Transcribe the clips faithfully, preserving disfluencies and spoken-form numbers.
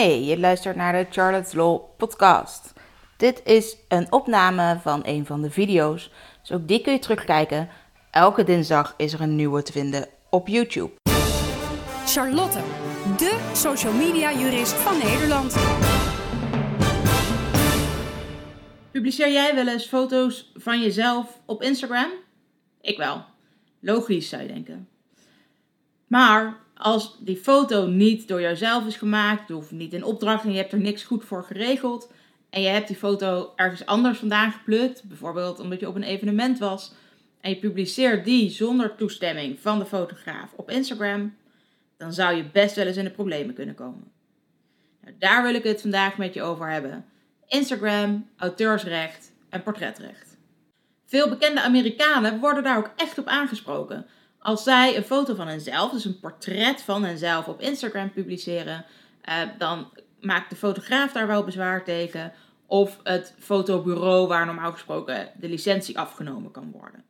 Hey, je luistert naar de Charlotte's Law podcast. Dit is een opname van een van de video's, dus ook die kun je terugkijken. Elke dinsdag is er een nieuwe te vinden op YouTube. Charlotte, de social media jurist van Nederland. Publiceer jij wel eens foto's van jezelf op Instagram? Ik wel. Logisch, zou je denken. Maar als die foto niet door jouzelf is gemaakt, of niet in opdracht en je hebt er niks goed voor geregeld, en je hebt die foto ergens anders vandaan geplukt, bijvoorbeeld omdat je op een evenement was, en je publiceert die zonder toestemming van de fotograaf op Instagram, dan zou je best wel eens in de problemen kunnen komen. Nou, daar wil ik het vandaag met je over hebben. Instagram, auteursrecht en portretrecht. Veel bekende Amerikanen worden daar ook echt op aangesproken. Als zij een foto van henzelf, dus een portret van henzelf op Instagram publiceren, eh, dan maakt de fotograaf daar wel bezwaar tegen. Of het fotobureau waar normaal gesproken de licentie afgenomen kan worden.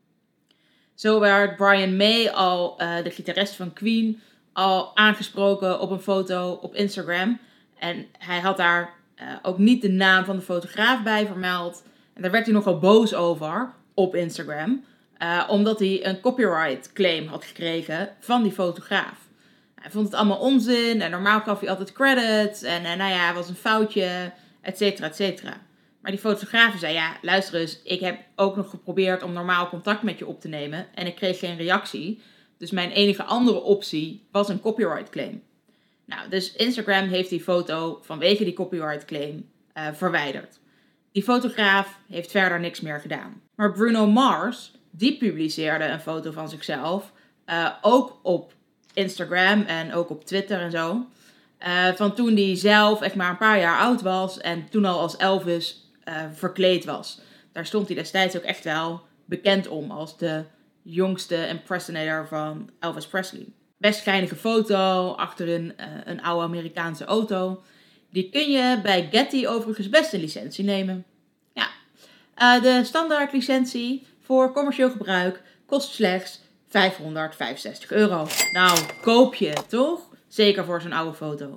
Zo werd Brian May, al uh, de gitarist van Queen, al aangesproken op een foto op Instagram. En hij had daar uh, ook niet de naam van de fotograaf bij vermeld. En daar werd hij nogal boos over op Instagram. Uh, omdat hij een copyright claim had gekregen van die fotograaf. Hij vond het allemaal onzin en normaal gaf hij altijd credits. En, en nou ja, het was een foutje, et cetera, et cetera. Maar die fotograaf zei, ja, luister eens, ik heb ook nog geprobeerd om normaal contact met je op te nemen. En ik kreeg geen reactie. Dus mijn enige andere optie was een copyright claim. Nou, dus Instagram heeft die foto vanwege die copyright claim uh, verwijderd. Die fotograaf heeft verder niks meer gedaan. Maar Bruno Mars, die publiceerde een foto van zichzelf, uh, ook op Instagram en ook op Twitter en zo. Uh, van toen hij zelf echt maar een paar jaar oud was en toen al als Elvis uh, verkleed was. Daar stond hij destijds ook echt wel bekend om als de jongste impersonator van Elvis Presley. Best geinige foto achterin uh, een oude Amerikaanse auto. Die kun je bij Getty overigens best een licentie nemen. Ja, uh, de standaard licentie voor commercieel gebruik kost slechts vijfhonderdvijfenzestig euro. Nou, koop je, toch? Zeker voor zo'n oude foto.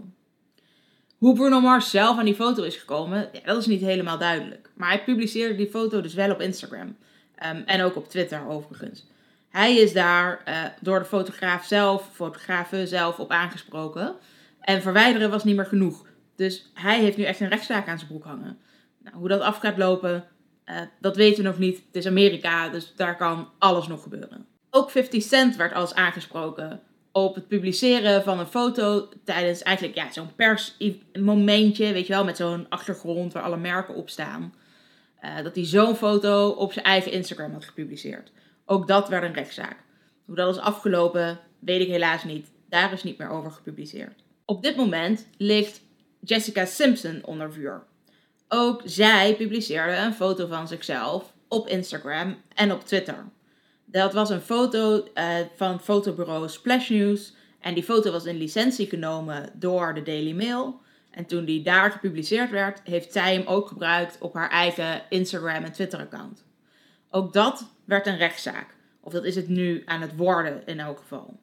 Hoe Bruno Mars zelf aan die foto is gekomen, ja, dat is niet helemaal duidelijk. Maar hij publiceerde die foto dus wel op Instagram. Um, en ook op Twitter overigens. Hij is daar uh, door de fotograaf zelf, fotografen zelf op aangesproken. En verwijderen was niet meer genoeg. Dus hij heeft nu echt een rechtszaak aan zijn broek hangen. Nou, hoe dat af gaat lopen, uh, dat weten we nog niet. Het is Amerika, dus daar kan alles nog gebeuren. Ook fifty cent werd als aangesproken op het publiceren van een foto tijdens eigenlijk ja, zo'n persmomentje, weet je wel, met zo'n achtergrond waar alle merken op staan. Uh, dat hij zo'n foto op zijn eigen Instagram had gepubliceerd. Ook dat werd een rechtszaak. Hoe dat is afgelopen, weet ik helaas niet. Daar is niet meer over gepubliceerd. Op dit moment ligt Jessica Simpson onder vuur. Ook zij publiceerde een foto van zichzelf op Instagram en op Twitter. Dat was een foto uh, van fotobureau Splash News. En die foto was in licentie genomen door de Daily Mail. En toen die daar gepubliceerd werd, heeft zij hem ook gebruikt op haar eigen Instagram en Twitter account. Ook dat werd een rechtszaak. Of dat is het nu aan het worden in elk geval.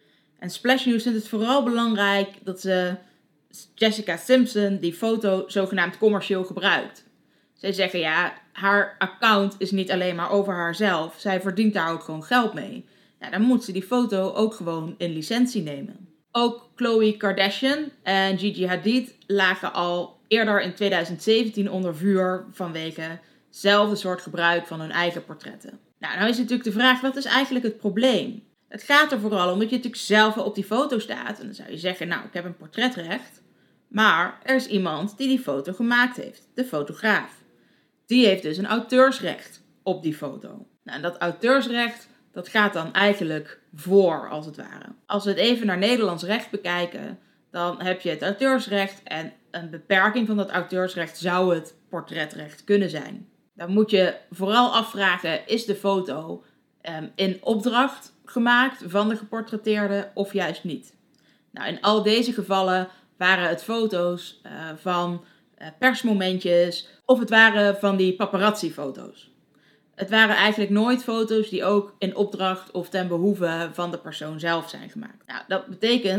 En Splash News vindt het vooral belangrijk dat ze Jessica Simpson die foto zogenaamd commercieel gebruikt. Zij zeggen ja, haar account is niet alleen maar over haarzelf. Zij verdient daar ook gewoon geld mee. Ja, dan moet ze die foto ook gewoon in licentie nemen. Ook Khloe Kardashian en Gigi Hadid lagen al eerder in tweeduizend zeventien onder vuur vanwege hetzelfde soort gebruik van hun eigen portretten. Nou, nou is natuurlijk de vraag, wat is eigenlijk het probleem? Het gaat er vooral om dat je natuurlijk zelf op die foto staat. En dan zou je zeggen, nou, ik heb een portretrecht. Maar er is iemand die die foto gemaakt heeft. De fotograaf. Die heeft dus een auteursrecht op die foto. Nou, en dat auteursrecht, dat gaat dan eigenlijk voor, als het ware. Als we het even naar Nederlands recht bekijken, dan heb je het auteursrecht en een beperking van dat auteursrecht zou het portretrecht kunnen zijn. Dan moet je vooral afvragen, is de foto um, in opdracht gemaakt van de geportretteerde of juist niet? Nou, in al deze gevallen waren het foto's uh, van uh, persmomentjes of het waren van die paparazzi-foto's. Het waren eigenlijk nooit foto's die ook in opdracht of ten behoeve van de persoon zelf zijn gemaakt. Nou, dat betekent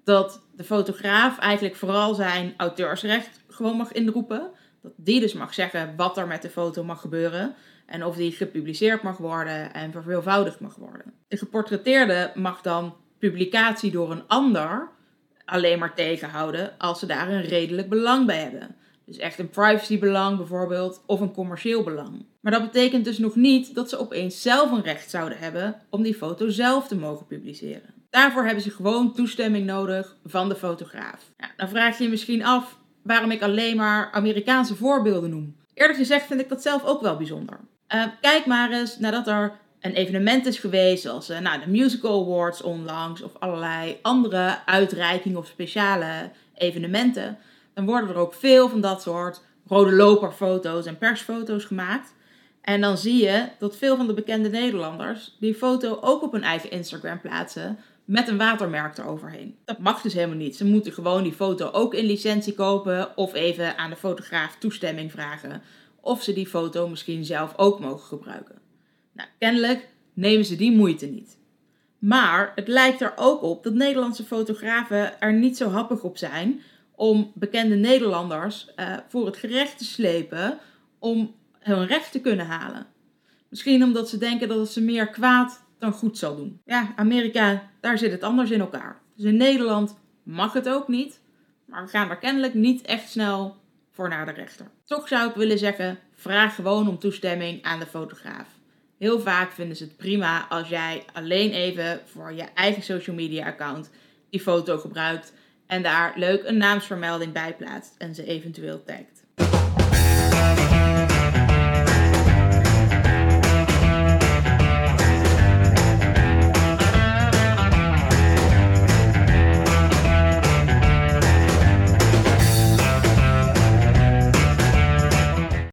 dat de fotograaf eigenlijk vooral zijn auteursrecht gewoon mag inroepen. Dat die dus mag zeggen wat er met de foto mag gebeuren. En of die gepubliceerd mag worden en verveelvoudigd mag worden. De geportretteerde mag dan publicatie door een ander alleen maar tegenhouden als ze daar een redelijk belang bij hebben. Dus echt een privacybelang bijvoorbeeld of een commercieel belang. Maar dat betekent dus nog niet dat ze opeens zelf een recht zouden hebben om die foto zelf te mogen publiceren. Daarvoor hebben ze gewoon toestemming nodig van de fotograaf. Ja, dan vraag je je misschien af waarom ik alleen maar Amerikaanse voorbeelden noem. Eerlijk gezegd vind ik dat zelf ook wel bijzonder. Uh, kijk maar eens nadat er een evenement is geweest, zoals uh, nou, de Musical Awards onlangs of allerlei andere uitreikingen of speciale evenementen. Dan worden er ook veel van dat soort rode loperfoto's en persfoto's gemaakt. En dan zie je dat veel van de bekende Nederlanders die foto ook op hun eigen Instagram plaatsen met een watermerk eroverheen. Dat mag dus helemaal niet. Ze moeten gewoon die foto ook in licentie kopen of even aan de fotograaf toestemming vragen of ze die foto misschien zelf ook mogen gebruiken. Nou, kennelijk nemen ze die moeite niet. Maar het lijkt er ook op dat Nederlandse fotografen er niet zo happig op zijn om bekende Nederlanders uh, voor het gerecht te slepen om hun recht te kunnen halen. Misschien omdat ze denken dat het ze meer kwaad dan goed zal doen. Ja, Amerika, daar zit het anders in elkaar. Dus in Nederland mag het ook niet, maar we gaan er kennelijk niet echt snel voor naar de rechter. Toch zou ik willen zeggen, vraag gewoon om toestemming aan de fotograaf. Heel vaak vinden ze het prima als jij alleen even voor je eigen social media account die foto gebruikt en daar leuk een naamsvermelding bij plaatst en ze eventueel tagt.